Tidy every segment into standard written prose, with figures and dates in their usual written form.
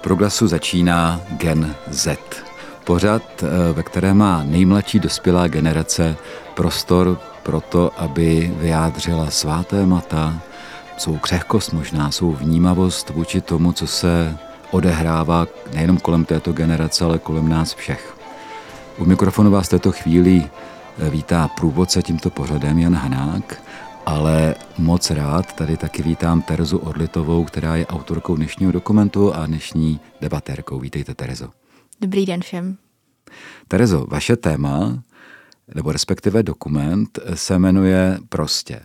Proglasu začíná Gen Z. Pořad, ve kterém má nejmladší dospělá generace prostor pro to, aby vyjádřila svá témata, svou křehkost možná, svou vnímavost vůči tomu, co se odehrává nejenom kolem této generace, ale kolem nás všech. U mikrofonu vás v této chvíli vítá průvodce tímto pořadem Jan Hanák, ale moc rád tady taky vítám Terezu Orlitovou, která je autorkou dnešního dokumentu a dnešní debatérkou. Vítejte, Terezo. Dobrý den všem. Terezo, vaše téma, nebo respektive dokument, se jmenuje prostě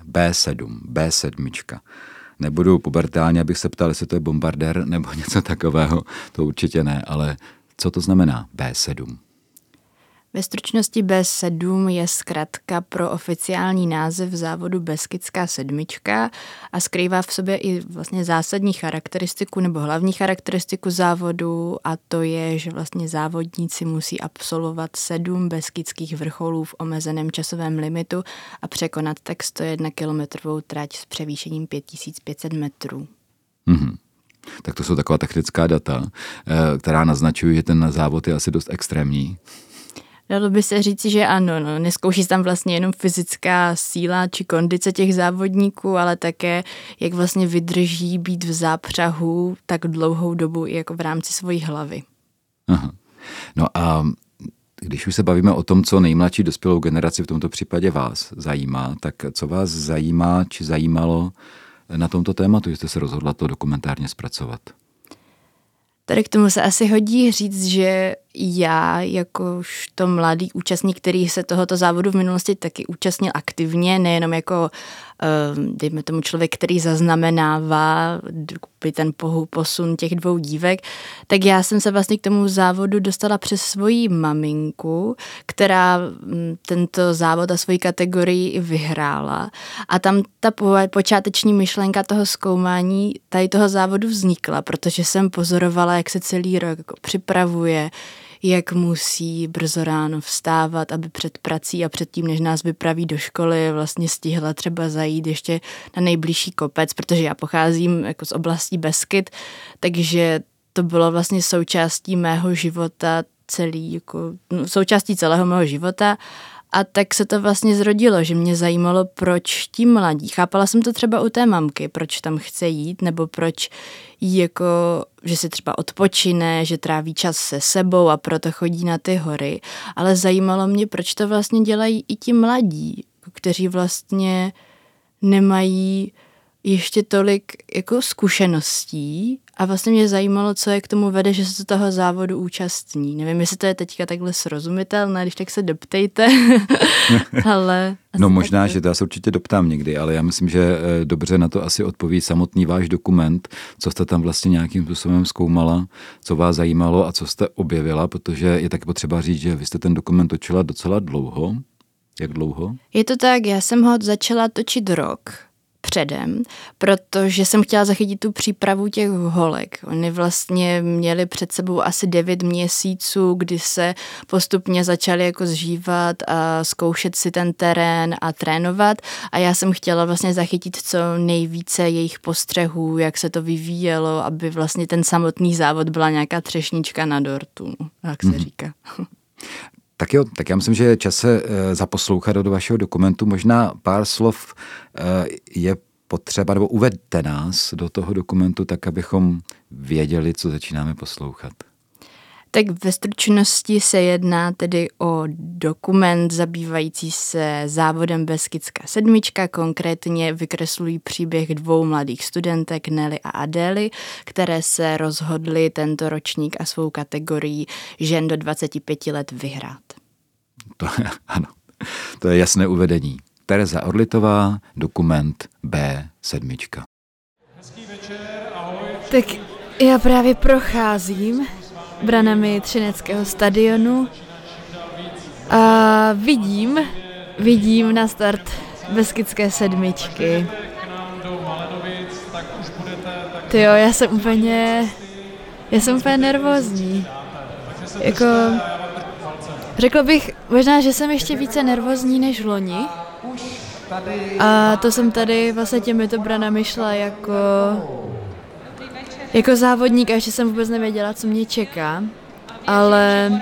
B7. Nebudu pubertálně, abych se ptal, jestli to je bombardér nebo něco takového, to určitě ne, ale co to znamená B7? Ve stručnosti B7 je zkratka pro oficiální název závodu Beskidská sedmička a skrývá v sobě i vlastně zásadní charakteristiku nebo hlavní charakteristiku závodu, a to je, že vlastně závodníci musí absolvovat 7 beskydských vrcholů v omezeném časovém limitu a překonat tak 101 kilometrovou trať s převýšením 5500 metrů. Mhm. Tak to jsou taková technická data, která naznačují, že ten závod je asi dost extrémní. Dalo by se říct, že ano, neskouší se tam vlastně jenom fyzická síla či kondice těch závodníků, ale také, jak vlastně vydrží být v zápřahu tak dlouhou dobu i jako v rámci svojí hlavy. Aha. No a když už se bavíme o tom, co nejmladší dospělou generaci, v tomto případě vás zajímá, tak co vás zajímá či zajímalo na tomto tématu, že jste se rozhodla to dokumentárně zpracovat? Tady k tomu se asi hodí říct, že já jakožto mladý účastník, který se tohoto závodu v minulosti taky účastnil aktivně, nejenom jako, dejme tomu, člověk, který zaznamenává ten posun těch 2 dívek, tak já jsem se vlastně k tomu závodu dostala přes svoji maminku, která tento závod a svoji kategorii i vyhrála. A tam ta počáteční myšlenka toho zkoumání tady toho závodu vznikla, protože jsem pozorovala, jak se celý rok jako připravuje, jak musí brzo ráno vstávat, aby před prací a předtím, než nás vypraví do školy, vlastně stihla třeba zajít ještě na nejbližší kopec, protože já pocházím jako z oblastí Beskyd, takže to bylo vlastně součástí mého života, součástí celého mého života. A tak se to vlastně zrodilo, že mě zajímalo, proč ti mladí. Chápala jsem to třeba u té mamky, proč tam chce jít, nebo proč jí jako, že si třeba odpočine, že tráví čas se sebou a proto chodí na ty hory. Ale zajímalo mě, proč to vlastně dělají i ti mladí, kteří vlastně nemají ještě tolik jako zkušeností, a vlastně mě zajímalo, co je k tomu vede, že se toho závodu účastní. Nevím, jestli to je teďka takhle srozumitelné, když tak se doptejte, ale... No možná, že to já se určitě doptám někdy, ale já myslím, že dobře na to asi odpoví samotný váš dokument, co jste tam vlastně nějakým způsobem zkoumala, co vás zajímalo a co jste objevila, protože je tak potřeba říct, že vy jste ten dokument točila docela dlouho. Jak dlouho? Je to tak, já jsem ho začala točit rok předem, protože jsem chtěla zachytit tu přípravu těch holek. Oni vlastně měli před sebou asi 9 měsíců, kdy se postupně začali jako zžívat a zkoušet si ten terén a trénovat, a já jsem chtěla vlastně zachytit co nejvíce jejich postřehů, jak se to vyvíjelo, aby vlastně ten samotný závod byla nějaká třešnička na dortu, jak se říká. Tak jo, tak já myslím, že je čas se zaposlouchat do vašeho dokumentu. Možná pár slov je potřeba, nebo uvedte nás do toho dokumentu tak, abychom věděli, co začínáme poslouchat. Tak ve stručnosti se jedná tedy o dokument zabývající se závodem Beskidská sedmička, konkrétně vykreslují příběh 2 mladých studentek, Nelly a Adély, které se rozhodly tento ročník a svou kategorii žen do 25 let vyhrát. Ano, to je jasné uvedení. Tereza Orlitová, dokument B7. Hezký večer, ahoj. Tak já právě procházím branami Třineckého stadionu a vidím na start Beskydské sedmičky. Tyjo, já jsem úplně nervózní. Jako, řekl bych možná, že jsem ještě více nervózní než loni. A to jsem tady vlastně těmito branami šla jako Jako závodník ještě jsem vůbec nevěděla, co mě čeká, ale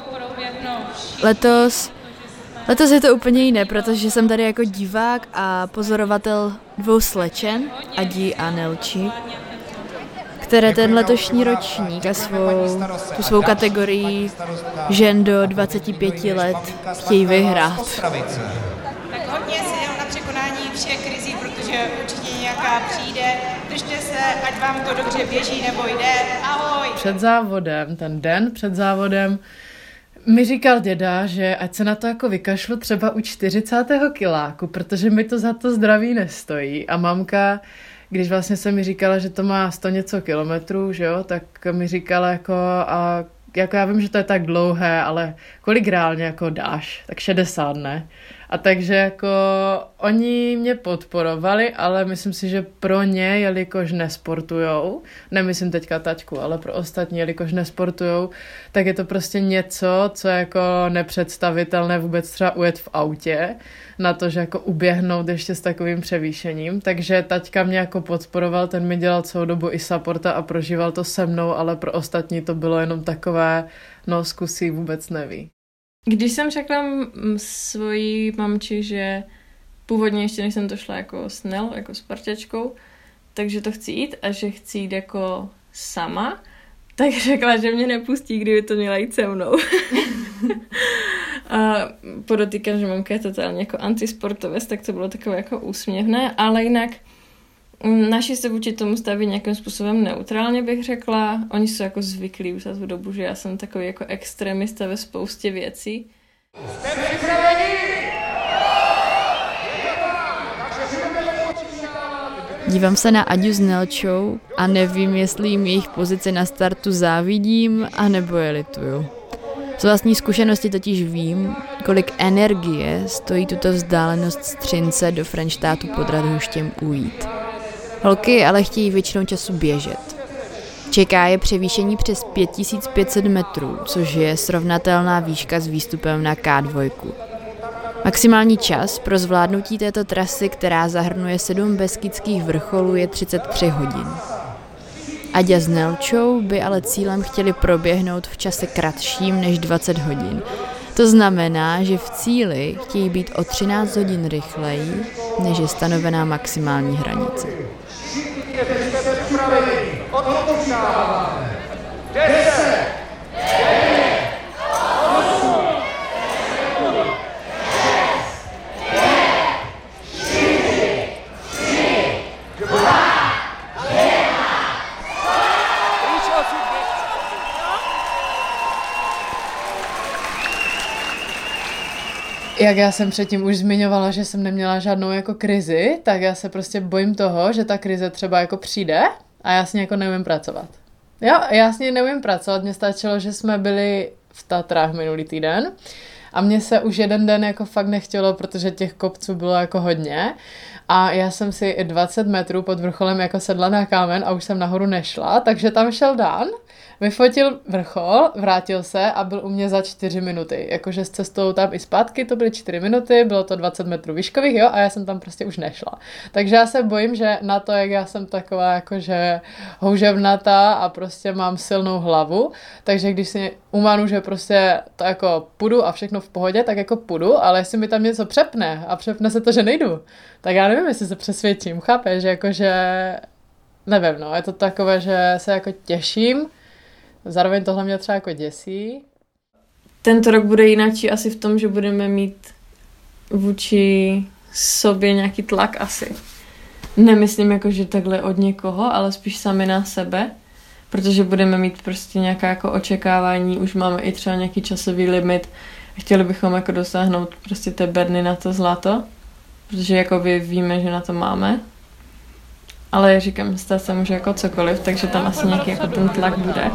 letos je to úplně jiné, protože jsem tady jako divák a pozorovatel 2 slečen, Adi a Nelči, které ten letošní ročník a tu svou kategorii žen do 25 let chtějí vyhrát. Tak hodně sil na překonání všech krizí, protože určitě nějaká přijde. Držte se, ať vám to dobře běží nebo jde. Ahoj! Před závodem, ten den před závodem, mi říkal děda, že ať se na to jako vykašlu třeba u 40. kiláku, protože mi to za to zdraví nestojí. A mamka, když vlastně se mi říkala, že to má 100 něco kilometrů, že jo, tak mi říkala jako, a jako já vím, že to je tak dlouhé, ale kolik reálně jako dáš? Tak 60, ne? A takže jako oni mě podporovali, ale myslím si, že pro ně, jelikož nesportujou, nemyslím teďka taťku, ale pro ostatní, jelikož nesportujou, tak je to prostě něco, co je jako nepředstavitelné vůbec třeba ujet v autě, na to, že jako uběhnout ještě s takovým převýšením. Takže taťka mě jako podporoval, ten mi dělal celou dobu i supporta a prožíval to se mnou, ale pro ostatní to bylo jenom takové, no zkusí, vůbec neví. Když jsem řekla svojí mamči, že původně ještě než jsem to šla jako s Nel, jako s parťačkou, takže to chci jít a že chci jít jako sama, tak řekla, že mě nepustí, kdyby to měla jít se mnou. A podotýkám, že mamka je totálně jako antisportovec, tak to bylo takové jako úsměvné, ale jinak naši se vůči tomu staví nějakým způsobem neutrálně, bych řekla. Oni jsou jako zvyklí už za tu dobu, že já jsem takový jako extremista ve spoustě věcí. Jste připraveni? Dívám se na Aďu s Nelčou a nevím, jestli jim jejich pozici na startu závidím, anebo je lituju. Z vlastní zkušenosti totiž vím, kolik energie stojí tuto vzdálenost z Třince do Frenštátu pod Radhoštěm ujít. Holky ale chtějí většinou času běžet. Čeká je převýšení přes 5500 metrů, což je srovnatelná výška s výstupem na K2. Maximální čas pro zvládnutí této trasy, která zahrnuje 7 beskydských vrcholů, je 33 hodin. Aďa s Nelčou by ale cílem chtěli proběhnout v čase kratším než 20 hodin. To znamená, že v cíli chtějí být o 13 hodin rychleji, než je stanovená maximální hranice. Jak já jsem předtím už zmiňovala, že jsem neměla žádnou jako krizi, tak já se prostě bojím toho, že ta krize třeba jako přijde a já s ní jako neumím pracovat. Jo, já s ní neumím pracovat, mně stačilo, že jsme byli v Tatrách minulý týden a mně se už jeden den jako fakt nechtělo, protože těch kopců bylo jako hodně a já jsem si 20 metrů pod vrcholem jako sedla na kámen a už jsem nahoru nešla, takže tam šel Dan, vyfotil vrchol, vrátil se a byl u mě za 4 minuty. Jakože s cestou tam i zpátky to byly 4 minuty, bylo to 20 metrů výškových, jo, a já jsem tam prostě už nešla. Takže já se bojím, že na to, jak já jsem taková jakože houževnatá a prostě mám silnou hlavu, takže když si umanu, že prostě to jako půjdu a všechno v pohodě, tak jako půjdu, ale jestli mi tam něco přepne a přepne se to, že nejdu, tak já nevím, jestli se přesvědčím, chápeš, jakože nevím, no, je to takové, že se jako těším, zároveň tohle mě třeba jako děsí. Tento rok bude jináčí asi v tom, že budeme mít vůči sobě nějaký tlak asi. Nemyslím jako, že takhle od někoho, ale spíš sami na sebe, protože budeme mít prostě nějaká jako očekávání, už máme i třeba nějaký časový limit. Chtěli bychom jako dosáhnout prostě té berny na to zlato, protože jako víme, že na to máme. Ale jak říkám, stát se může jako cokoliv, takže tam asi nějaký jako ten tlak bude.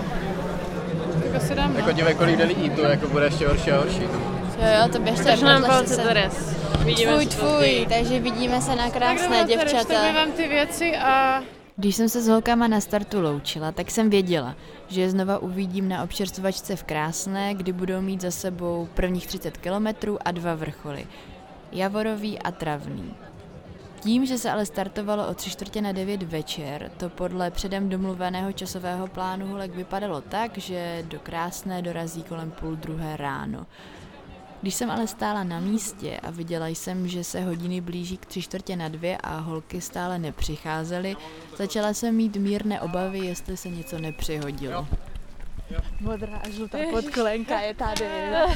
Jako dívej, kolik jde lidí, to jako bude ještě horší a horší. Jo, to běžte. Takže nám palce Teres. Tvůj, takže vidíme se na krásné děvčata. Tak vám ty věci a... Když jsem se s holkama na startu loučila, tak jsem věděla, že je znova uvidím na občerstvovačce v Krásné, kdy budou mít za sebou prvních 30 kilometrů a 2 vrcholy. Javorový a Travný. Tím, že se ale startovalo o 8:45 večer, to podle předem domluveného časového plánu holek vypadalo tak, že do Krásné dorazí kolem 1:30 ráno. Když jsem ale stála na místě a viděla jsem, že se hodiny blíží k 1:45 a holky stále nepřicházely, začala jsem mít mírné obavy, jestli se něco nepřihodilo. Modrá a žlutá podkolenka je tady.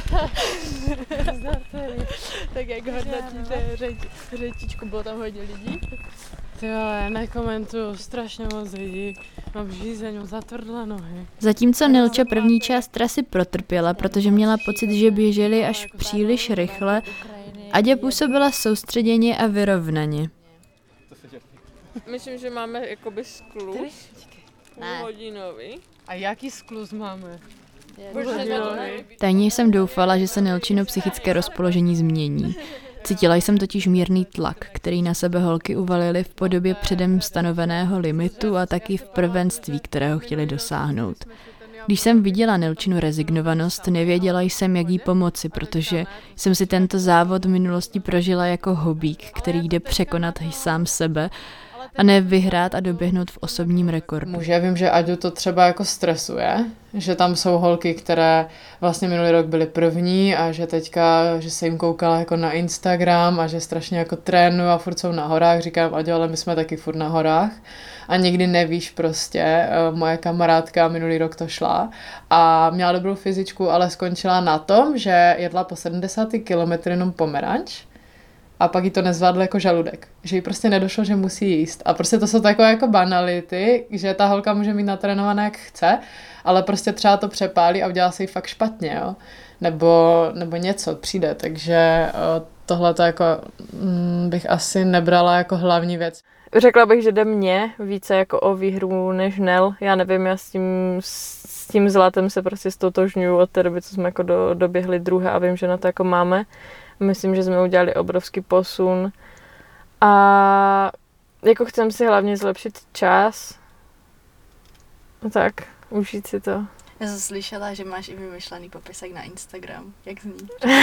Tak jak hodnotíte řečičku, bylo tam hodně lidí? Ty vole, nekomentuju, strašně moc lidí, mám žízeň, zatvrdlé nohy. Zatímco Nilča první část trasy protrpěla, protože měla pocit, že běželi až příliš rychle, Aďa působila soustředěně a vyrovnaně. Myslím, že máme jakoby skluz. Půlhodinový. A jaký skluz máme? Tajně jsem doufala, že se Nilčino psychické rozpoložení změní. Cítila jsem totiž mírný tlak, který na sebe holky uvalily v podobě předem stanoveného limitu a taky v prvenství, kterého chtěli dosáhnout. Když jsem viděla Nilčinu rezignovanost, nevěděla jsem, jak jí pomoci, protože jsem si tento závod v minulosti prožila jako hobík, který jde překonat sám sebe a ne vyhrát a doběhnout v osobním rekordu. Já vím, že Aďu to třeba jako stresuje, že tam jsou holky, které vlastně minulý rok byly první a že teďka, že se jim koukala jako na Instagram a že strašně jako trénují a furt jsou na horách. Říkám, Aďo, ale my jsme taky furt na horách a nikdy nevíš prostě. Moje kamarádka minulý rok to šla a měla dobrou fyzičku, ale skončila na tom, že jedla po 70 kilometru jenom pomeranč. A pak jí to nezvládlo jako žaludek. Že jí prostě nedošlo, že musí jíst. A prostě to jsou takové jako banality, že ta holka může mít natrénované jak chce, ale prostě třeba to přepálí a udělá se jí fakt špatně, jo. Nebo něco přijde, takže tohle to jako bych asi nebrala jako hlavní věc. Řekla bych, že jde mně více jako o výhru než Nel. Já nevím, já s tím zlatem se prostě stotožňuju od té doby, co jsme jako doběhli druhé a vím, že na to jako máme. Myslím, že jsme udělali obrovský posun a jako chcem si hlavně zlepšit čas. No tak, užít si to. Já jsem slyšela, že máš i vymyšlený popisek na Instagram. Jak zní?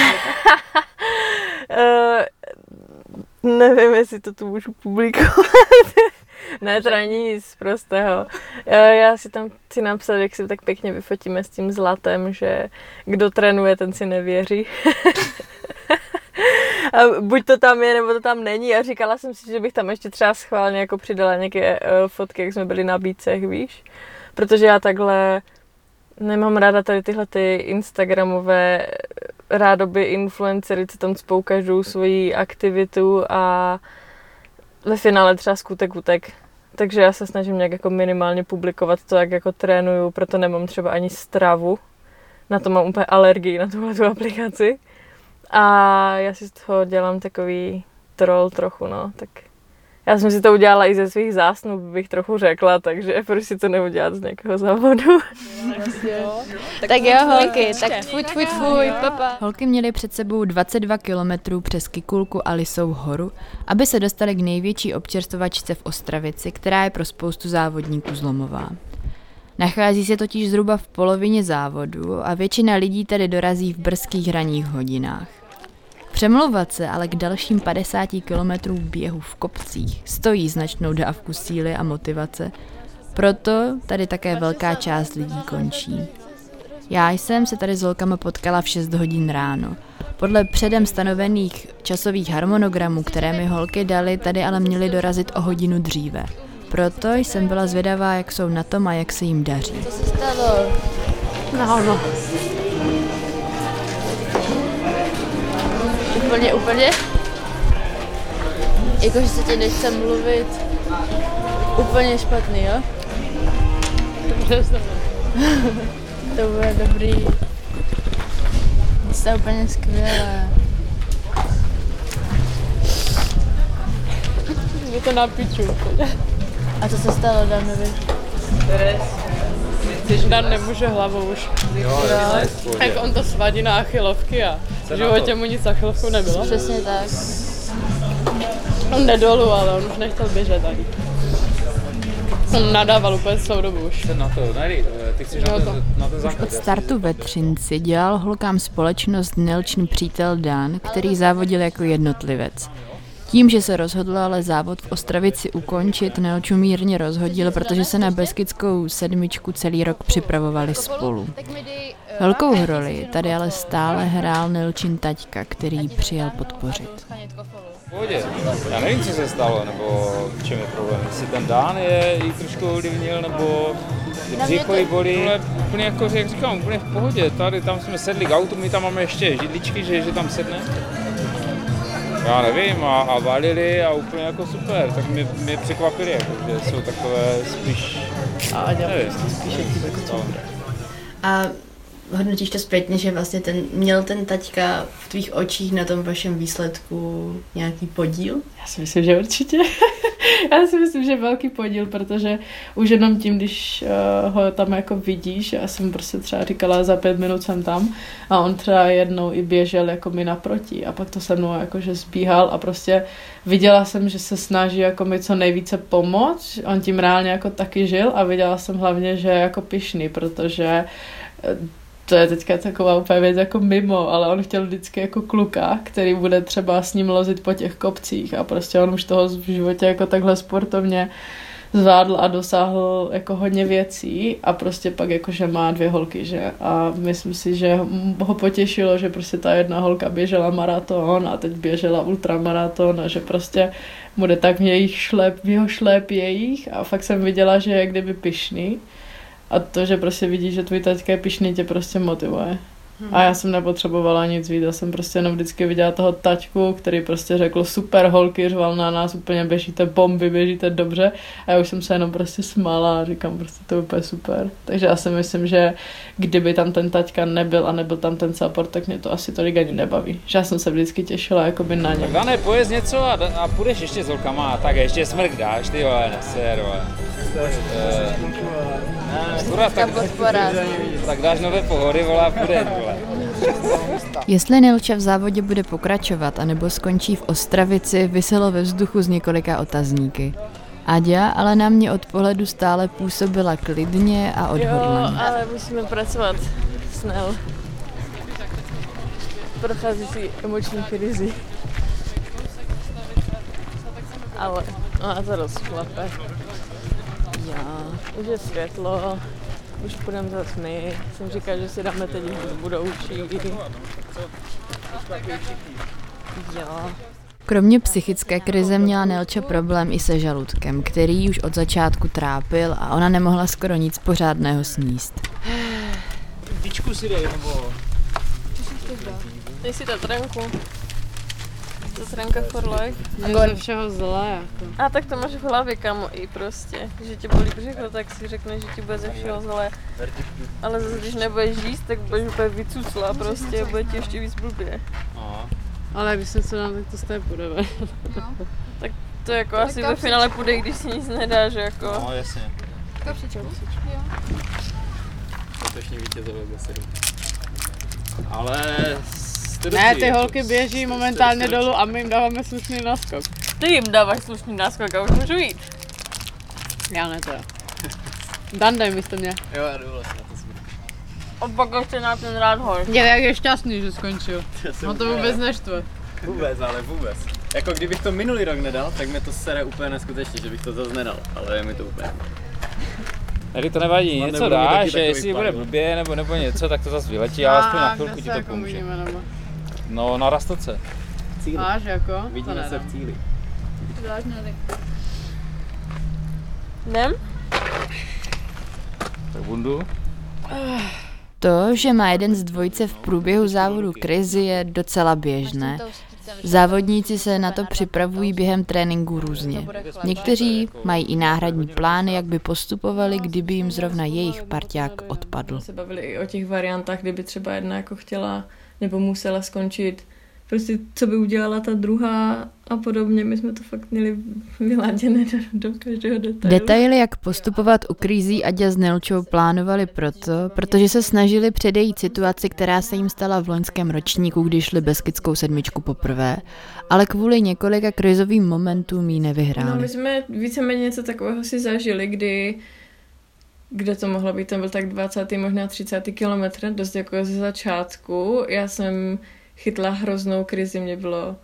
Nevím, jestli to tu můžu publikovat. Ne, to není nic prostého. Já si tam chci napsat, jak si tak pěkně vyfotíme s tím zlatem, že kdo trénuje, ten si nevěří. A buď to tam je, nebo to tam není. A říkala jsem si, že bych tam ještě třeba schválně jako přidala nějaké fotky, jak jsme byli na bícech, víš. Protože já takhle nemám ráda tady tyhle ty instagramové rádoby influencery, co tam cpou každou svoji aktivitu a ve finále třeba skutek utek. Takže já se snažím nějak jako minimálně publikovat to, jak jako trénuju, proto nemám třeba ani stravu. Na to mám úplně alergii, na tuhletu aplikaci. A já si z toho dělám takový troll trochu, no, tak já jsem si to udělala i ze svých zásnub, bych trochu řekla, takže proč si to neudělat z nějakého závodu. Tak jo, holky, tak fuj, papa. Holky měly před sebou 22 kilometrů přes Kikulku a Lisou horu, aby se dostali k největší občerstvovačce v Ostravici, která je pro spoustu závodníků zlomová. Nachází se totiž zhruba v polovině závodu a většina lidí tady dorazí v brzkých ranních hodinách. Přemlouvat se ale k dalším 50 kilometrů běhu v kopcích stojí značnou dávku síly a motivace, proto tady také velká část lidí končí. Já jsem se tady s holkama potkala v 6 hodin ráno. Podle předem stanovených časových harmonogramů, které mi holky dali, tady ale měly dorazit o hodinu dříve. Proto jsem byla zvědavá, jak jsou na tom a jak se jim daří. Co se stalo? No. Úplně? Jakože se ti nechce mluvit. Úplně špatný, jo? To bude dobrý. Jste úplně skvělé. Je to na piču. A co se stalo Danovi? Dan nemůže hlavou už. Jak on to svadí na achilovky a v životě mu nic achilovkou nebylo. Přesně tak. On jde dolů, ale on už nechtěl běžet ani. On nadával úplně celou dobu už. Ty chceš na ten základ. Od startu ve Třinci dělal holkám společnost Nilčin přítel Dan, který závodil jako jednotlivec. Tím, že se rozhodl ale závod v Ostravici ukončit, Nelču mírně rozhodil, protože se na Beskidskou sedmičku celý rok připravovali spolu. Velkou roli tady ale stále hrál Nelčin taťka, který ji přijel podpořit. Já nevím, co se stalo, nebo v čem je problém. Jestli ten Dán jí trošku ovlivnil, nebo břicho bolí. Ale úplně jako, jak říkám, úplně v pohodě. Tady, tam jsme sedli k autu, my tam máme ještě židličky, že tam sedne. Já nevím, a valili a úplně jako super, tak mě překvapili, jako, že jsou takové spíš, nevím. A hodnotíš to zpětně, že vlastně měl ten taťka v tvých očích na tom vašem výsledku nějaký podíl? Já si myslím, že určitě. Já si myslím, že velký podíl, protože už jenom tím, když ho tam jako vidíš, já jsem prostě třeba říkala, za 5 minut jsem tam a on třeba jednou i běžel jako mi naproti a pak to se mnou jakože zbíhal a prostě viděla jsem, že se snaží jako mi co nejvíce pomoct, on tím reálně jako taky žil a viděla jsem hlavně, že je jako pyšný, protože to je teďka taková úplně věc jako mimo, ale on chtěl vždycky jako kluka, který bude třeba s ním lozit po těch kopcích a prostě on už toho v životě jako takhle sportovně zvládl a dosáhl jako hodně věcí a prostě pak jakože má 2 holky, že? A myslím si, že ho potěšilo, že prostě ta jedna holka běžela maraton a teď běžela ultramaraton a že prostě bude tak v jeho šlép jejich a fakt jsem viděla, že je kdyby pyšný. A to, že prostě vidíš, že tvůj taťka je pyšný, tě prostě motivuje. A já jsem nepotřebovala nic víc, já jsem prostě jenom vždycky viděla toho taťku, který prostě řekl super holky, řval na nás, úplně běžíte bomby, běžíte dobře a já už jsem se jenom prostě smála a říkám prostě to je úplně super. Takže já si myslím, že kdyby tam ten taťka nebyl a nebyl tam ten support, tak mě to asi tolik ani nebaví. Že já jsem se vždycky těšila jakoby na ně. Tak Dané, pojez něco a půjdeš ještě s holkama, tak ještě smrk dáš, ty vole, neser, vole. Tak dáš nové pohody, vole, a půjde, vole. Jestli Nelča v závodě bude pokračovat anebo skončí v Ostravici, viselo ve vzduchu z několika otazníky. Aďa ale na mě od pohledu stále působila klidně a odhodlaně. Jo, ale musíme pracovat s Nel. Prochází si emoční krizi. Ale ona to rozšlape. Už je světlo, už půjdeme za tmy. Jsem říkal, že si dáme teď do budoucí. Jo. Kromě psychické krize měla Nelča problém i se žaludkem, který už od začátku trápil a ona nemohla skoro nic pořádného sníst. Tyčku si dej, nebo... Dej si Tatranku. Tatranka for life. Je ze všeho zlé, jako. A tak to máš v hlavě, kamo, i prostě. Že tě bolí břicho, tak si řekneš, že ti bude ze všeho zlé. Ale zase, když nebudeš jíst, tak budeš úplně vycucla prostě a bude ti ještě víc blbě. Ale když se co dám, tak to stejně půjde. Tak to jako asi ve finále půjde, když si nic nedáš, jako. No, jasně. Kapřičku. Jo. Letošní vítězové besedu. Ale... Ne, ty holky běží momentálně dolů a my jim dáváme slušný náskok. Ty jim dáváš slušný náskok a už můžu jít. Já ne teda. Dan, dej místo mě. Jo, já jdu vlastně na to smím. Opak se na ten rád hor. Jak je šťastný, že skončil. No to vůbec neštve. Vůbec, ale vůbec. Jako kdybych to minulý rok nedal, tak mě to sere úplně neskutečně, že bych to zase nedal, ale je mi to úplně. Tady to nevadí, něco dáš, že jestli bude blbě nebo něco, tak to zase vyletí, ale aspoň na chvilku ti to pomůže. No, na rastce. Cíli. Máš jako? Vidíme se v cíli. Nem? Tak bundu. To, že má jeden z dvojice v průběhu závodu krizi, je docela běžné. Závodníci se na to připravují během tréninku různě. Někteří mají i náhradní plány, jak by postupovali, kdyby jim zrovna jejich parťák odpadl. Se bavili i o těch variantách, kdyby třeba jedna jako chtěla nebo musela skončit. Prostě co by udělala ta druhá a podobně. My jsme to fakt měli vyladěné do každého detailu. Detaily, jak postupovat u krizí Aďa s Nelčou plánovali protože se snažili předejít situaci, která se jim stala v loňském ročníku, když šli Beskidskou sedmičku poprvé, ale kvůli několika krizovým momentům ji nevyhráli. No, my jsme víceméně něco takového si zažili, kde to mohlo být, tam byl tak 20. možná 30. kilometr, dost jako ze začátku. Já jsem chytla hroznou krizi, mě bylo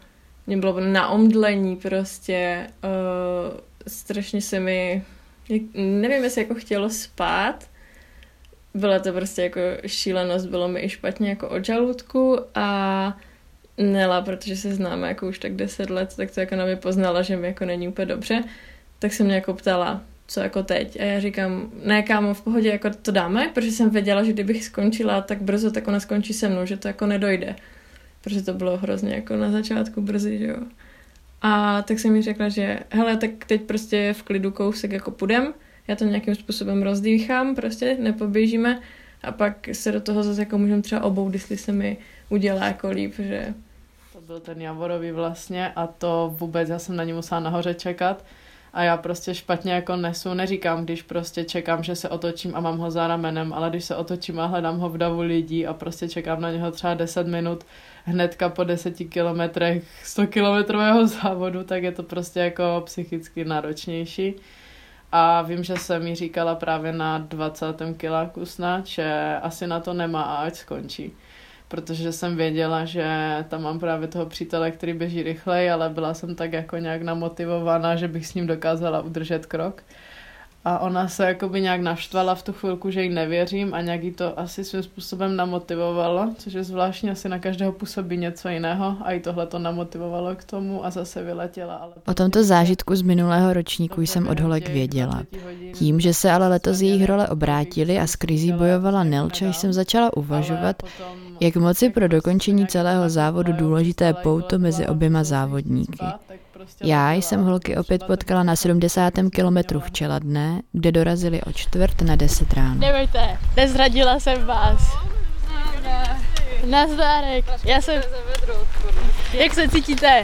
mě bylo na omdlení prostě, strašně se mi, nevím, jestli jako chtělo spát, byla to prostě jako šílenost, bylo mi i špatně jako od žaludku a Nela, protože se známe jako už tak 10 let, tak to jako na mě poznala, že mi jako není úplně dobře, tak se mě jako ptala, co jako teď. A já říkám, ne kámo, v pohodě, jako to dáme, protože jsem věděla, že kdybych skončila tak brzo, tak ona skončí se mnou, že to jako nedojde. Protože to bylo hrozně jako na začátku brzy, že jo. A tak jsem mi řekla, že hele, tak teď prostě v klidu kousek jako půjdem, já to nějakým způsobem rozdýchám, prostě nepoběžíme a pak se do toho zase jako můžeme třeba obout, jestli se mi udělá jako líp, že... To byl ten Javorový vlastně a to vůbec, já jsem na ní musela nahoře čekat a já prostě špatně jako nesu, neříkám, když prostě čekám, že se otočím a mám ho za ramenem, ale když se otočím a hledám ho v davu lidí a prostě čekám na něho třeba 10 minut, hnedka po 10 kilometrech 100 kilometrového závodu, tak je to prostě jako psychicky náročnější. A vím, že jsem jí říkala právě na 20. kiláku snad, že asi na to nemá a ať skončí. Protože jsem věděla, že tam mám právě toho přítele, který běží rychleji, ale byla jsem tak jako nějak namotivovaná, že bych s ním dokázala udržet krok. A ona se jakoby nějak naštvala v tu chvilku, že jí nevěřím a nějak jí to asi svým způsobem namotivovalo, což je zvláštní, asi na každého působí něco jiného a i tohle to namotivovalo k tomu a zase vyletěla. Ale... O tomto zážitku z minulého ročníku jsem od holek věděla. Tím, že se ale letos jejich role obrátily a s krizí bojovala Nelča, jsem začala uvažovat, jak moci pro dokončení celého závodu důležité pouto mezi oběma závodníky. Já jsem holky opět potkala na 70. kilometru v Čeladné, kde dorazili o 9:45 ráno. Nebojte, nezradila jsem vás. Nazdárek. Já jsem... Jak se cítíte?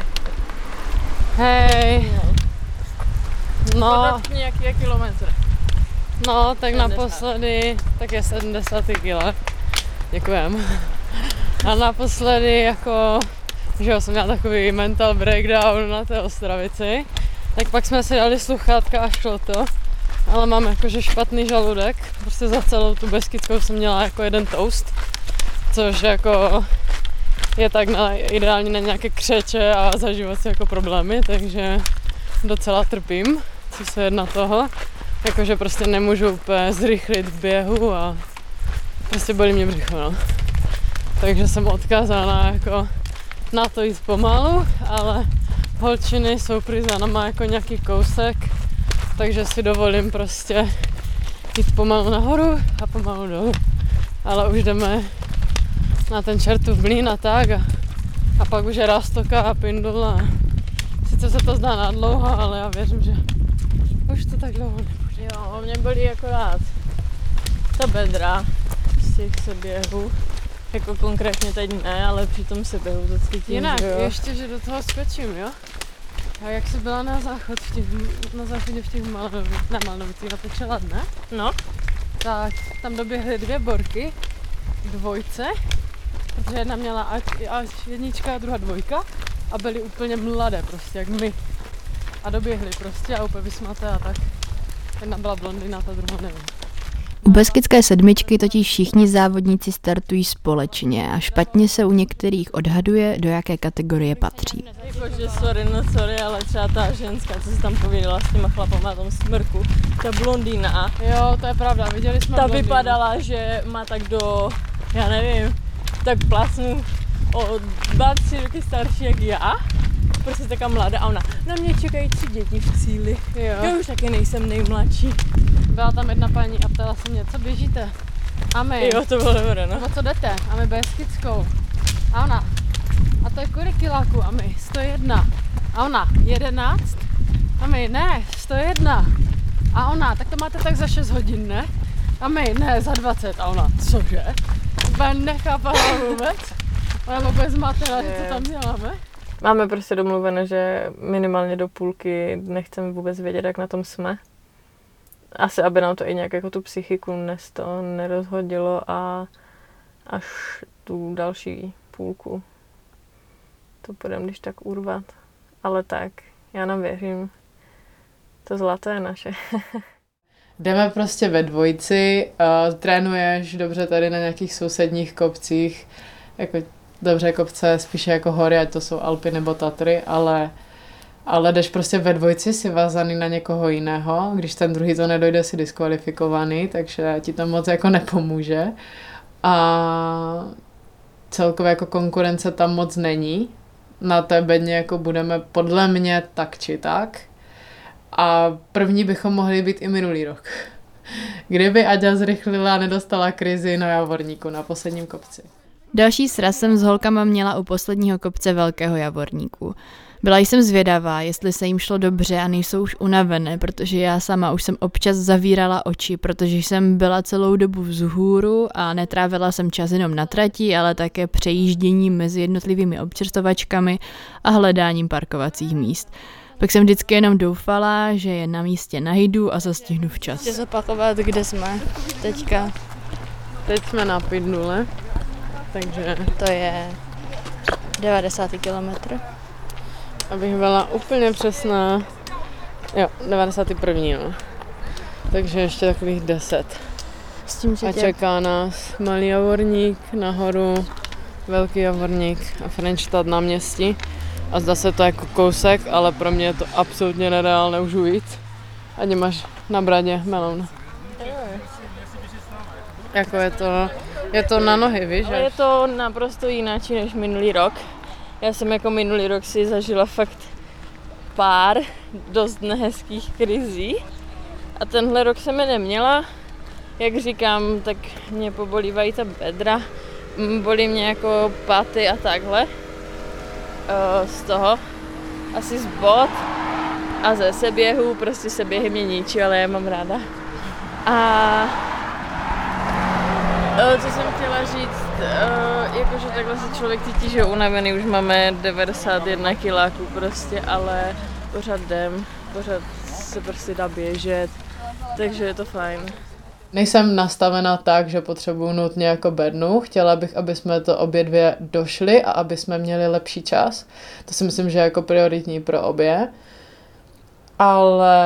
Hej. No. Jaký je kilometr? No, tak naposledy, tak je 70 kg. Děkujem. A naposledy jako... že jo, jsem měla takový mental breakdown na té Ostravici, tak pak jsme si dali sluchátka a šlo to, ale mám jakože špatný žaludek, prostě za celou tu Beskidskou jsem měla jako jeden toast, což jako je tak ideálně na nějaké křeče a zažívat si jako problémy, takže docela trpím, co se jedná toho, jakože prostě nemůžu úplně zrychlit v běhu a prostě bolí mě břicho, no. Takže jsem odkázána jako na to jít pomalu, ale holčiny jsou prý za náma jako nějaký kousek, takže si dovolím prostě jít pomalu nahoru a pomalu dolů. Ale už jdeme na ten Čertův mlýn a tak a pak už je Roztoka a Pindula. Sice se to zdá nadlouho, ale já věřím, že už to tak dlouho nebude. Jo, mě bolí akorát ta bedra z těch seběhů. Jako konkrétně teď ne, ale při tom seběhu to cítím. Jinak, že jo. ještě, že do toho skočím, jo? A jak jsi byla na záchodě v těch Malnovicích na to Čeladné, No. tak tam doběhly 2 borky, dvojce, protože jedna měla až jednička a druhá 2 a byly úplně mladé prostě, jak my. A doběhly prostě a úplně vysmaté a tak. Jedna byla blondýna, ta druhá nevím. U Beskydské sedmičky totiž všichni závodníci startují společně a špatně se u některých odhaduje, do jaké kategorie patří. Jakože sorry, ale třeba ta ženská, co si tam povídala s těma chlapama na tom smrku, ta blondýna. Jo, to je pravda, viděli jsme ta blondýnu. Vypadala, že má tak do, já nevím, tak plasnu o 2-3 roky starší jak já. Prostě taká mladá a ona, na mě čekají 3 děti v cíli. Jo. Já už taky nejsem nejmladší. Byla tam jedna paní a ptala se mě, co běžíte? A my. Jo, to bylo dobré, no. Nebo co jdete? A my Beskidskou. A ona, a to je kolik kiláků? A my 101. A ona, 11? A my, ne, 101. A ona, tak to máte tak za 6 hodin, ne? A my, ne, za 20. A ona, cože? Úplně nechápala vůbec. Ona vůbec zmatená, že co tam děláme. Máme prostě domluvené, že minimálně do půlky nechceme vůbec vědět, jak na tom jsme. Asi, aby nám to i nějak jako tu psychiku nerozhodilo a až tu další půlku to budeme když tak urvat. Ale tak, já nám věřím. To zlato je naše. Jdeme prostě ve dvojici, trénuješ dobře tady na nějakých sousedních kopcích, jako Dobře, kopce spíše jako hory, ať to jsou Alpy nebo Tatry, ale jdeš prostě ve dvojci si vázaný na někoho jiného, když ten druhý to nedojde, si diskvalifikovaný, takže ti to moc jako nepomůže. A celkově jako konkurence tam moc není. Na té bedně jako budeme podle mě tak či tak. A první bychom mohli být i minulý rok. Kdyby Aďa zrychlila a nedostala krizi na Javorníku na posledním kopci. Další sraz jsem s holkama měla u posledního kopce Velkého Javorníku. Byla jsem zvědavá, jestli se jim šlo dobře a nejsou už unavené, protože já sama už jsem občas zavírala oči, protože jsem byla celou dobu vzhůru a netrávila jsem čas jenom na trati, ale také přejížděním mezi jednotlivými občerstovačkami a hledáním parkovacích míst. Pak jsem vždycky jenom doufala, že je na místě najdu a zastihnu včas. Chci zopakovat, kde jsme teďka. Teď jsme na Pindule, takže to je 90. kilometr. Abych byla úplně přesná, jo, 91. No. Takže ještě takových 10. A čeká nás Malý Javorník, nahoru Velký Javorník a Frenštát na městí. A zdá se to jako kousek, ale pro mě je to absolutně nereálné už ujít. Ani máš na bradě meloun. Jako je to na nohy, víš? Je to naprosto jináčí než minulý rok. Já jsem jako minulý rok si zažila fakt pár dost nehezkých krizí. A tenhle rok jsem je neměla. Jak říkám, tak mě pobolívají ta bedra. Bolí mě jako paty a takhle. Z toho. Asi z bod. A ze seběhu. Prostě seběhy mě ničí, ale já mám ráda. A co jsem chtěla říct, jakože takhle se člověk cítí, že je unavený, už máme 91 kiláků prostě, ale pořád jdem, pořád se prostě dá běžet, takže je to fajn. Nejsem nastavena tak, že potřebuju nutně jako bednu, chtěla bych, aby jsme to obě dvě došli a aby jsme měli lepší čas. To si myslím, že je jako prioritní pro obě, ale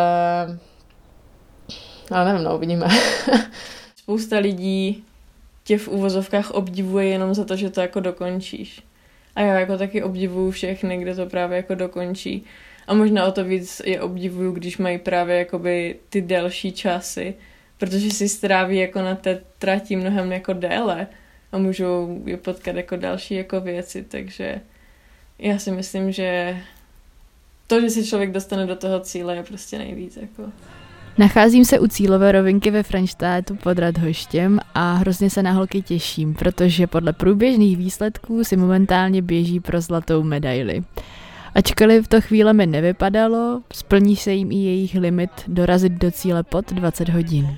nevím, uvidíme. Spousta lidí tě v uvozovkách obdivuje jenom za to, že to jako dokončíš. A já jako taky obdivuju všechny, kde to právě jako dokončí. A možná o to víc je obdivuju, když mají právě jakoby ty delší časy, protože si stráví jako na té trati mnohem jako déle a můžou je potkat jako další jako věci, takže já si myslím, že to, že si člověk dostane do toho cíle, je prostě nejvíc jako. Nacházím se u cílové rovinky ve Frenštátu pod Radhoštěm a hrozně se na holky těším, protože podle průběžných výsledků si momentálně běží pro zlatou medaili. Ačkoliv to chvílemi nevypadalo, splní se jim i jejich limit dorazit do cíle pod 20 hodin.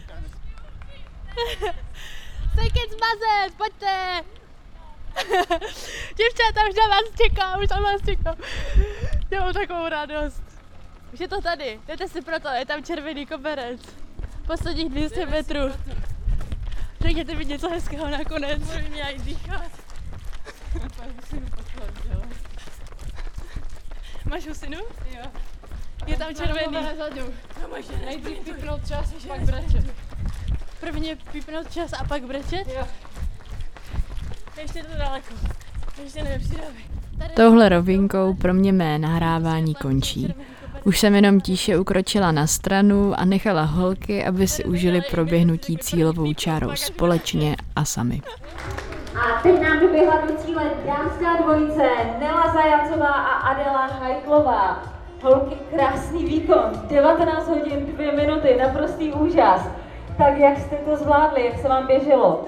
Sejkec mazet, pojďte! Děvčata, už na vás čekám, Já mám takovou radost. Už je to tady, jdete si pro to, je tam červený koberec. Posledních 200 metrů. Řekněte mi něco hezkého nakonec. Můžu mě aj dýchat. Máš husinu? Jo. Je tam červený. Nejdřív pípnout čas, pak brečet. Prvně pípnout čas a pak brečet? Jo. Ještě to daleko. Ještě nepřidávej. Touhle rovinkou pro mě mé nahrávání končí. Už jsem jenom tiše ukročila na stranu a nechala holky, aby si užili proběhnutí cílovou čárou společně a sami. A teď nám doběhla do cíle dámská dvojice Nela Zajacová a Adela Hajklová. Holky, krásný výkon, 19 hodin 2 minuty, naprostý úžas. Tak jak jste to zvládli, jak se vám běželo?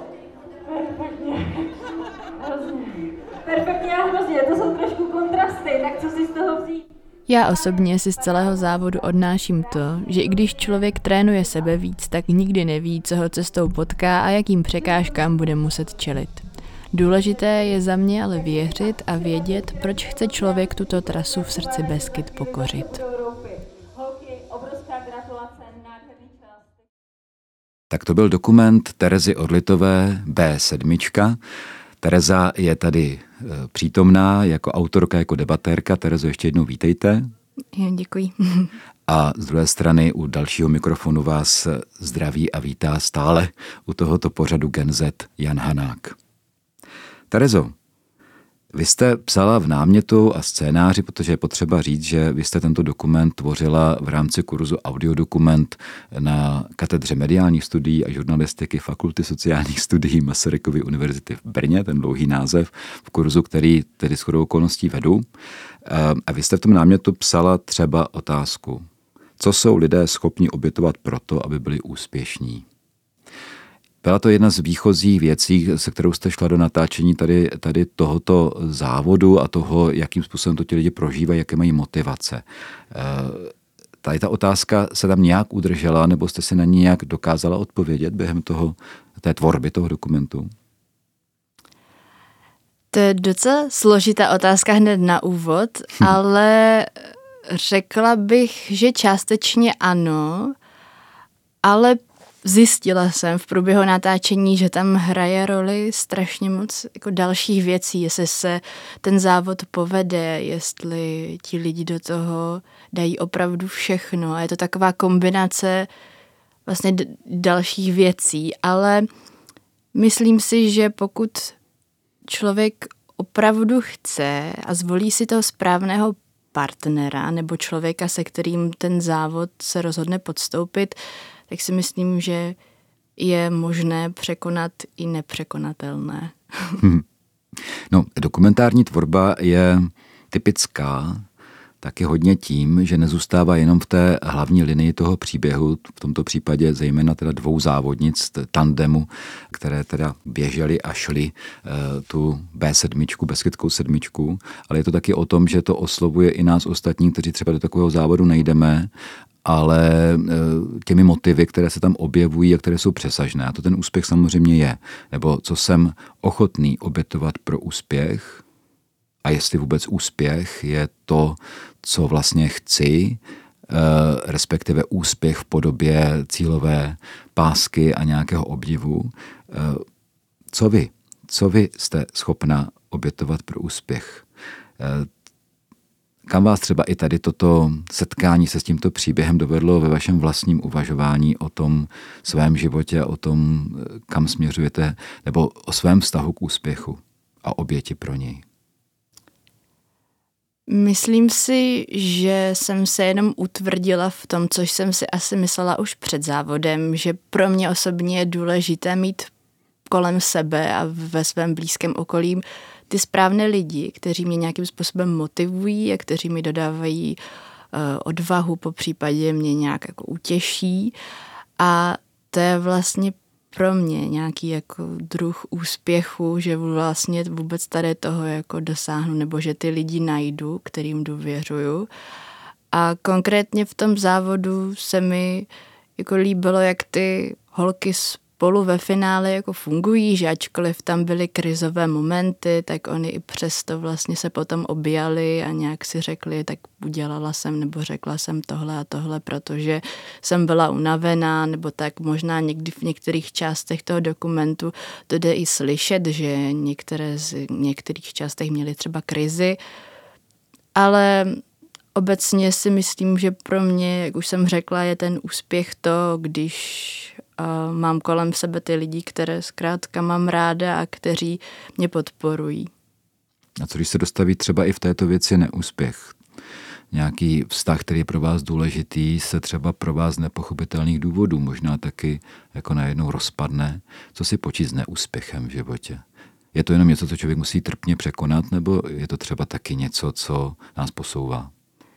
Perfektně a hrozně, to jsou trošku kontrasty, tak co si z toho vzít? Já osobně si z celého závodu odnáším to, že i když člověk trénuje sebe víc, tak nikdy neví, co ho cestou potká a jakým překážkám bude muset čelit. Důležité je za mě ale věřit a vědět, proč chce člověk tuto trasu v srdci Beskyd pokořit. Tak to byl dokument Terezy Orlitové B7. Tereza je tady přítomná jako autorka, jako debatérka. Terezo, ještě jednou vítejte. Děkuji. A z druhé strany u dalšího mikrofonu vás zdraví a vítá stále u tohoto pořadu Gen Z Jan Hanák. Terezo, Vy jste psala v námětu a scénáři, protože je potřeba říct, že vy jste tento dokument tvořila v rámci kurzu Audiodokument na katedře mediálních studií a žurnalistiky Fakulty sociálních studií Masarykovy univerzity v Brně, ten dlouhý název, v kurzu, který tedy shodou okolností vedu. A vy jste v tom námětu psala třeba otázku, co jsou lidé schopni obětovat proto, aby byli úspěšní. Byla to jedna z výchozích věcí, se kterou jste šla do natáčení tady tohoto závodu a toho, jakým způsobem to ti lidi prožívají, jaké mají motivace. Tady ta otázka se tam nějak udržela, nebo jste si na ní nějak dokázala odpovědět během té tvorby toho dokumentu? To je docela složitá otázka hned na úvod, ale řekla bych, že částečně ano, ale zjistila jsem v průběhu natáčení, že tam hraje roli strašně moc jako dalších věcí, jestli se ten závod povede, jestli ti lidi do toho dají opravdu všechno. A je to taková kombinace vlastně dalších věcí, ale myslím si, že pokud člověk opravdu chce a zvolí si toho správného partnera nebo člověka, se kterým ten závod se rozhodne podstoupit, tak si myslím, že je možné překonat i nepřekonatelné. No, dokumentární tvorba je typická taky hodně tím, že nezůstává jenom v té hlavní linii toho příběhu, v tomto případě zejména teda dvou závodnic, tandemu, které teda běžely a šly tu B7, Beskidskou 7, ale je to taky o tom, že to oslovuje i nás ostatní, kteří třeba do takového závodu nejdeme, ale těmi motivy, které se tam objevují a které jsou přesažné. A to ten úspěch samozřejmě je. Nebo co jsem ochotný obětovat pro úspěch a jestli vůbec úspěch je to, co vlastně chci, respektive úspěch v podobě cílové pásky a nějakého obdivu. Co vy jste schopna obětovat pro úspěch? Kam vás třeba i tady toto setkání se s tímto příběhem dovedlo ve vašem vlastním uvažování o tom svém životě, o tom, kam směřujete, nebo o svém vztahu k úspěchu a oběti pro něj? Myslím si, že jsem se jenom utvrdila v tom, což jsem si asi myslela už před závodem, že pro mě osobně je důležité mít kolem sebe a ve svém blízkém okolí ty správné lidi, kteří mě nějakým způsobem motivují a kteří mi dodávají odvahu, po případě mě nějak jako utěší. A to je vlastně pro mě nějaký jako druh úspěchu, že vlastně vůbec tady toho jako dosáhnu, nebo že ty lidi najdu, kterým důvěřuju. A konkrétně v tom závodu se mi jako líbilo, jak ty holky spolu ve finále jako fungují, že ačkoliv tam byly krizové momenty, tak oni i přesto vlastně se potom objali a nějak si řekli, tak udělala jsem nebo řekla jsem tohle a tohle, protože jsem byla unavená, nebo tak možná někdy v některých částech toho dokumentu to jde i slyšet, že některé z některých částech měly třeba krizi, ale obecně si myslím, že pro mě, jak už jsem řekla, je ten úspěch to, když mám kolem sebe ty lidi, které zkrátka mám ráda a kteří mě podporují. A co když se dostaví třeba i v této věci neúspěch? Nějaký vztah, který je pro vás důležitý, se třeba pro vás z nepochopitelných důvodů možná taky jako najednou rozpadne. Co si počít s neúspěchem v životě? Je to jenom něco, co člověk musí trpně překonat, nebo je to třeba taky něco, co nás posouvá?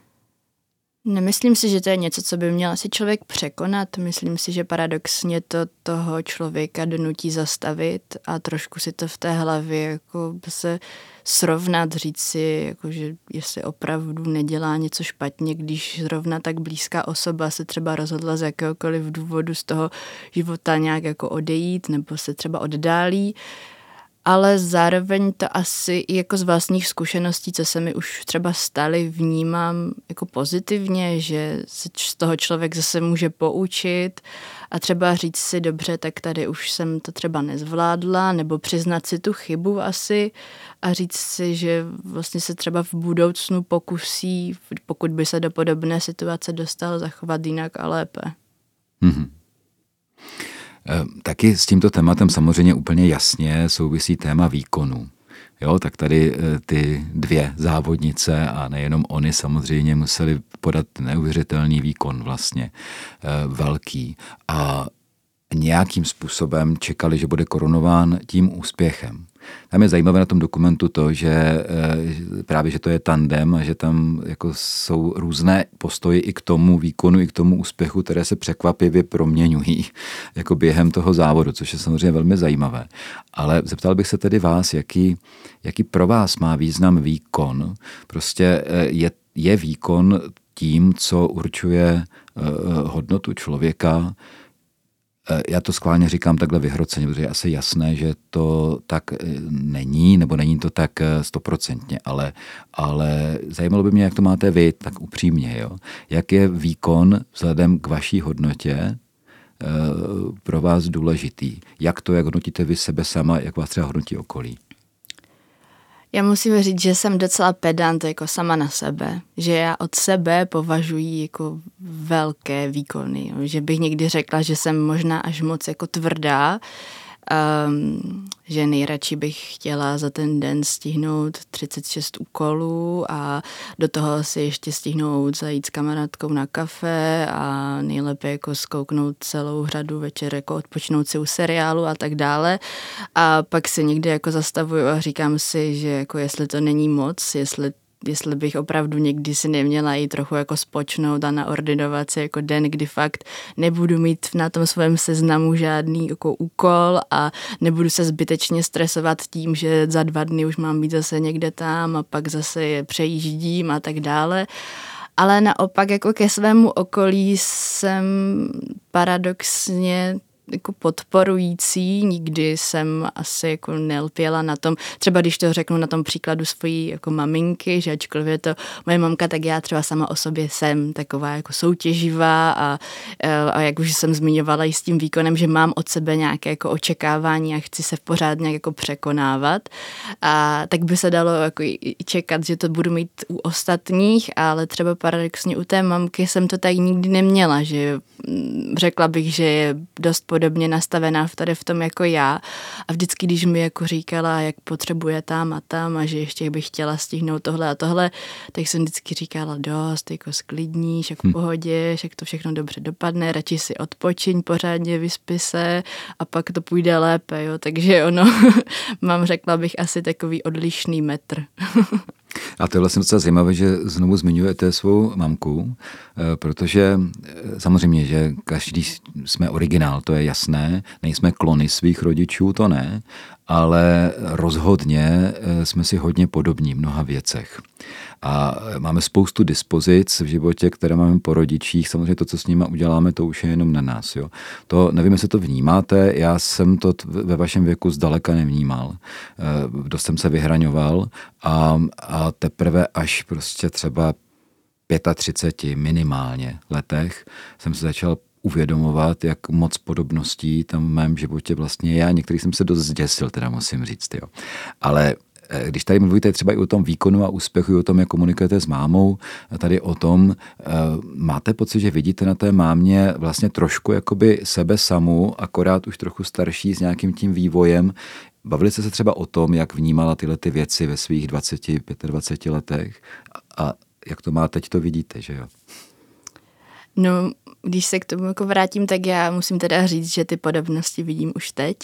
Nemyslím si, že to je něco, co by měl asi člověk překonat. Myslím si, že paradoxně to toho člověka donutí zastavit a trošku si to v té hlavě jako se srovnat, říct si, jako, že jestli opravdu nedělá něco špatně, když zrovna tak blízká osoba se třeba rozhodla z jakéhokoliv důvodu z toho života nějak jako odejít nebo se třeba oddálí. Ale zároveň to asi i jako z vlastních zkušeností, co se mi už třeba staly, vnímám jako pozitivně, že se z toho člověk zase může poučit a třeba říct si dobře, tak tady už jsem to třeba nezvládla, nebo přiznat si tu chybu asi a říct si, že vlastně se třeba v budoucnu pokusí, pokud by se do podobné situace dostal, zachovat jinak a lépe. Mm-hmm. Taky s tímto tématem samozřejmě úplně jasně souvisí téma výkonu. Jo, tak tady ty dvě závodnice a nejenom oni samozřejmě museli podat neuvěřitelný výkon vlastně, velký. A nějakým způsobem čekali, že bude korunován tím úspěchem. Tam je zajímavé na tom dokumentu to, že právě, že to je tandem a že tam jako jsou různé postoje i k tomu výkonu, i k tomu úspěchu, které se překvapivě proměňují jako během toho závodu, což je samozřejmě velmi zajímavé. Ale zeptal bych se tedy vás, jaký pro vás má význam výkon. Prostě je výkon tím, co určuje hodnotu člověka. Já to schválně říkám takhle vyhroceně, protože je asi jasné, že to tak není, nebo není to tak 100%, ale zajímalo by mě, jak to máte vy, tak upřímně. Jo? Jak je výkon vzhledem k vaší hodnotě pro vás důležitý? Jak hodnotíte vy sebe sama, jak vás třeba hodnotí okolí? Já musím říct, že jsem docela pedant jako sama na sebe, že já od sebe považuji jako velké výkony, že bych někdy řekla, že jsem možná až moc jako tvrdá, že nejradši bych chtěla za ten den stihnout 36 úkolů a do toho si ještě stihnout zajít s kamarádkou na kafe a nejlépe jako zkouknout celou řadu večer, jako odpočnout si u seriálu a tak dále. A pak si někdy jako zastavuju a říkám si, že jako jestli to není moc, jestli bych opravdu někdy si neměla i trochu jako spočnout a naordinovat si jako den, kdy fakt nebudu mít na tom svém seznamu žádný jako úkol a nebudu se zbytečně stresovat tím, že za 2 dny už mám být zase někde tam a pak zase je přejíždím a tak dále. Ale naopak jako ke svému okolí jsem paradoxně jako podporující, nikdy jsem asi jako nelpěla na tom, třeba když to řeknu na tom příkladu svojí jako maminky, že ačkoliv je to moje mamka, tak já třeba sama o sobě jsem taková jako soutěživá a jak už jsem zmiňovala i s tím výkonem, že mám od sebe nějaké jako očekávání a chci se pořád nějak jako překonávat, a tak by se dalo jako i čekat, že to budu mít u ostatních, ale třeba paradoxně u té mamky jsem to tak nikdy neměla, že řekla bych, že je dost podobně nastavená tady v tom jako já a vždycky, když mi jako říkala, jak potřebuje tam a že ještě bych chtěla stihnout tohle a tohle, tak jsem vždycky říkala dost, jako sklidníš, jak v pohodě, jak to všechno dobře dopadne, radši si odpočiň pořádně, vyspí se a pak to půjde lépe, jo, takže ono, mám řekla bych asi takový odlišný metr. A to je vlastně docela zajímavé, že znovu zmiňujete svou mamku, protože samozřejmě, že každý jsme originál, to je jasné, nejsme klony svých rodičů, to ne, ale rozhodně jsme si hodně podobní v mnoha věcech. A máme spoustu dispozic v životě, které máme po rodičích. Samozřejmě to, co s nimi uděláme, to už je jenom na nás. Jo. To, nevím, jestli to vnímáte, já jsem to ve vašem věku zdaleka nevnímal. Dost jsem se vyhraňoval a teprve až prostě třeba 35 minimálně letech jsem se začal uvědomovat, jak moc podobností tam v mém životě vlastně je. Některých jsem se dost zděsil, teda musím říct. Jo. Ale když tady mluvíte třeba i o tom výkonu a úspěchu, i o tom, jak komunikujete s mámou, tady o tom, máte pocit, že vidíte na té mámě vlastně trošku jakoby sebe samu, akorát už trochu starší s nějakým tím vývojem. Bavili jste se třeba o tom, jak vnímala tyhle ty věci ve svých 20, 25 letech a jak to má teď, to vidíte, že jo? No, když se k tomu jako vrátím, tak já musím teda říct, že ty podobnosti vidím už teď.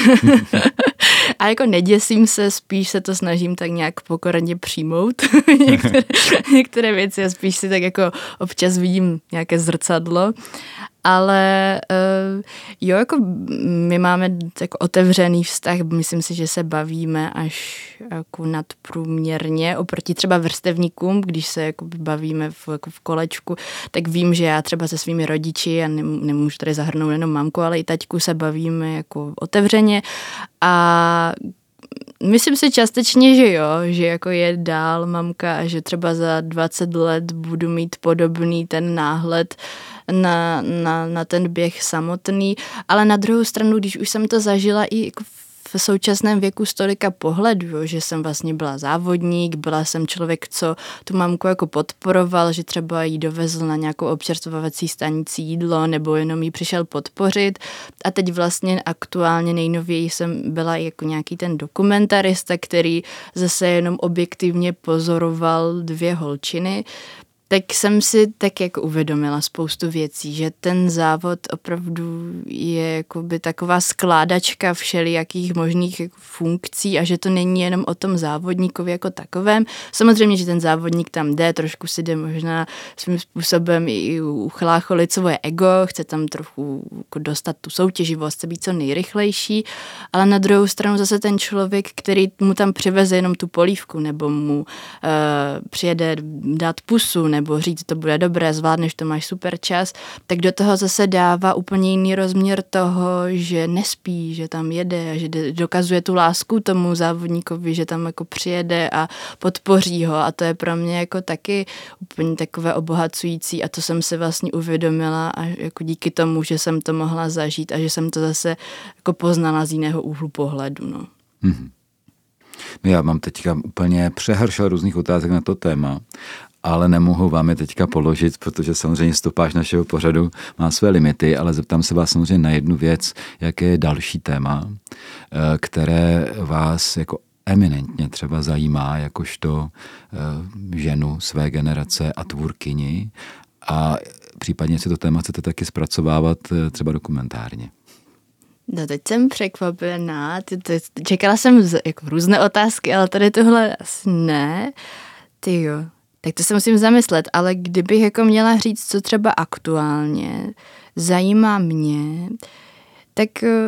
A jako neděsím se, spíš se to snažím tak nějak pokorně přijmout některé věci a spíš si tak jako občas vidím nějaké zrcadlo. Ale jo, jako my máme jako otevřený vztah, myslím si, že se bavíme až jako nadprůměrně oproti třeba vrstevníkům, když se jako bavíme v kolečku, tak vím, že já třeba se svými rodiči, a nemůžu tady zahrnout jenom mamku, ale i taťku se bavíme jako otevřeně a myslím si částečně, že jo, že jako je dál mamka a že třeba za 20 let budu mít podobný ten náhled na ten běh samotný, ale na druhou stranu, když už jsem to zažila i jako v současném věku z tolika pohledů, že jsem vlastně byla závodník, byla jsem člověk, co tu mamku jako podporoval, že třeba jí dovezl na nějakou občerstvovací stanici jídlo nebo jenom jí přišel podpořit. A teď vlastně aktuálně nejnověji jsem byla jako nějaký ten dokumentarista, který zase jenom objektivně pozoroval 2 holčiny. Tak jsem si tak jako uvědomila spoustu věcí, že ten závod opravdu je jakoby taková skládačka všelijakých možných jako funkcí a že to není jenom o tom závodníkovi jako takovém. Samozřejmě, že ten závodník tam jde, trošku si jde možná svým způsobem i uchlácholit svoje ego, chce tam trochu jako dostat tu soutěživost, chce být co nejrychlejší, ale na druhou stranu zase ten člověk, který mu tam přiveze jenom tu polívku nebo mu přijede dát pusu nebo říct, to bude dobré, zvládneš to, máš super čas, tak do toho zase dává úplně jiný rozměr toho, že nespí, že tam jede a že dokazuje tu lásku tomu závodníkovi, že tam jako přijede a podpoří ho a to je pro mě jako taky úplně takové obohacující a to jsem si vlastně uvědomila a jako díky tomu, že jsem to mohla zažít a že jsem to zase jako poznala z jiného úhlu pohledu. No. Mm-hmm. No já mám teďka úplně přehršel různých otázek na to téma, ale nemohu vám je teďka položit, protože samozřejmě stopáž našeho pořadu má své limity, ale zeptám se vás samozřejmě na jednu věc, jaké je další téma, které vás jako eminentně třeba zajímá, jakožto ženu své generace a tvůrkyni a případně si to téma chcete taky zpracovávat třeba dokumentárně. No teď jsem překvapená, čekala jsem jako různé otázky, ale tady tohle asi ne. Tyjo. Tak to se musím zamyslet, ale kdybych jako měla říct, co třeba aktuálně zajímá mě, tak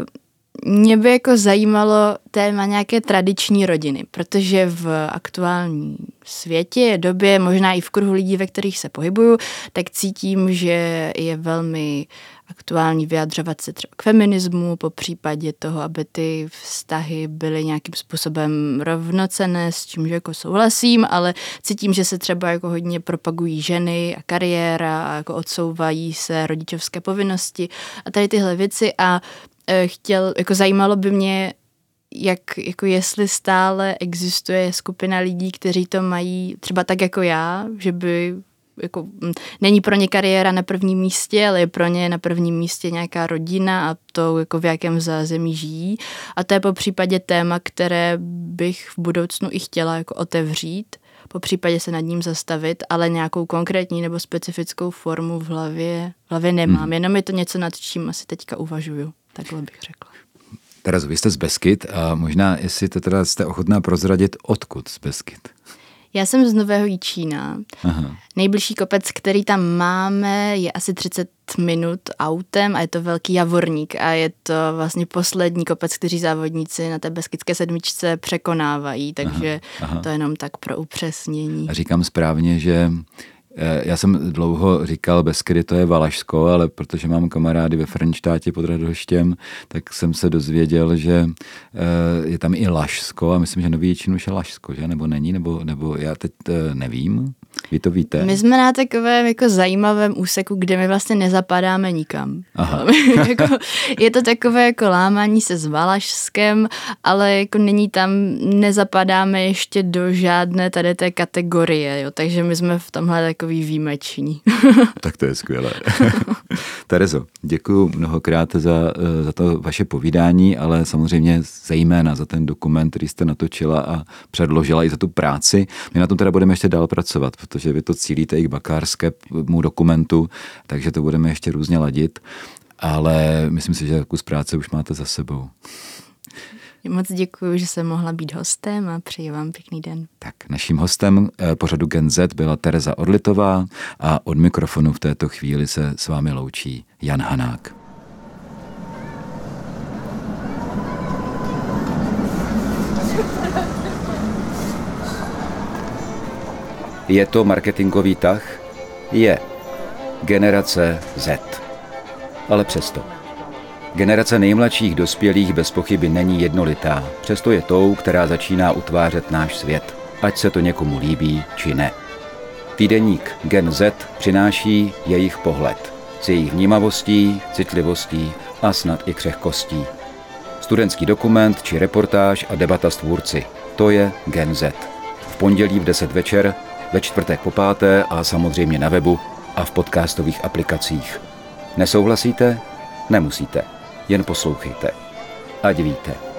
mě by jako zajímalo téma nějaké tradiční rodiny, protože v aktuální světě, době, možná i v kruhu lidí, ve kterých se pohybuju, tak cítím, že je velmi aktuální vyjadřovat se třeba k feminismu, po případě toho, aby ty vztahy byly nějakým způsobem rovnocenné, s čímž jako souhlasím, ale cítím, že se třeba jako hodně propagují ženy a kariéra a jako odsouvají se rodičovské povinnosti a tady tyhle věci a zajímalo by mě, jako jestli stále existuje skupina lidí, kteří to mají třeba tak jako já, že by jako, není pro ně kariéra na prvním místě, ale je pro ně na prvním místě nějaká rodina a to, jako v jakém zázemí žijí. A to je po případě téma, které bych v budoucnu i chtěla jako otevřít, po případě se nad ním zastavit, ale nějakou konkrétní nebo specifickou formu v hlavě nemám. Jenom je to něco, nad čím asi teďka uvažuju. Takhle bych řekla. Terezo, vy jste z Beskyd a možná, jestli to teda jste ochotná prozradit, odkud z Beskyd? Já jsem z Nového Jičína. Aha. Nejbližší kopec, který tam máme, je asi 30 minut autem a je to Velký Javorník a je to vlastně poslední kopec, který závodníci na té Beskydské sedmičce překonávají, takže to jenom tak pro upřesnění. A říkám správně, že já jsem dlouho říkal Beskydy, to je Valašsko, ale protože mám kamarády ve Frenštátě pod Radhoštěm, tak jsem se dozvěděl, že je tam i Lašsko a myslím, že Nový Jičín už je Lašsko, že? Nebo není? Nebo já teď nevím. Vy to víte? My jsme na takovém jako zajímavém úseku, kde my vlastně nezapadáme nikam. Je to takové jako lámání se s Valašskem, ale jako není tam, nezapadáme ještě do žádné tady té kategorie, jo? Takže my jsme v tomhle takový výjimeční. Tak to je skvělé. Terezo, děkuji mnohokrát za to vaše povídání, ale samozřejmě zejména za ten dokument, který jste natočila a předložila i za tu práci. My na tom teda budeme ještě dál pracovat, protože vy to cílíte i k bakalářskému dokumentu, takže to budeme ještě různě ladit, ale myslím si, že kus práce už máte za sebou. Moc děkuji, že jsem mohla být hostem a přeji vám pěkný den. Tak, naším hostem pořadu Gen Z byla Tereza Orlitová a od mikrofonu v této chvíli se s vámi loučí Jan Hanák. Je to marketingový tah? Je. Generace Z. Ale přesto. Generace nejmladších dospělých bez pochyby není jednolitá, přesto je tou, která začíná utvářet náš svět, ať se to někomu líbí, či ne. Týdeník Gen Z přináší jejich pohled, s jejich vnímavostí, citlivostí a snad i křehkostí. Studentský dokument či reportáž a debata s tvůrci. To je Gen Z. V pondělí v 10 večer, ve čtvrtek po 5. a samozřejmě na webu a v podcastových aplikacích. Nesouhlasíte? Nemusíte. Jen poslouchejte. Ať víte.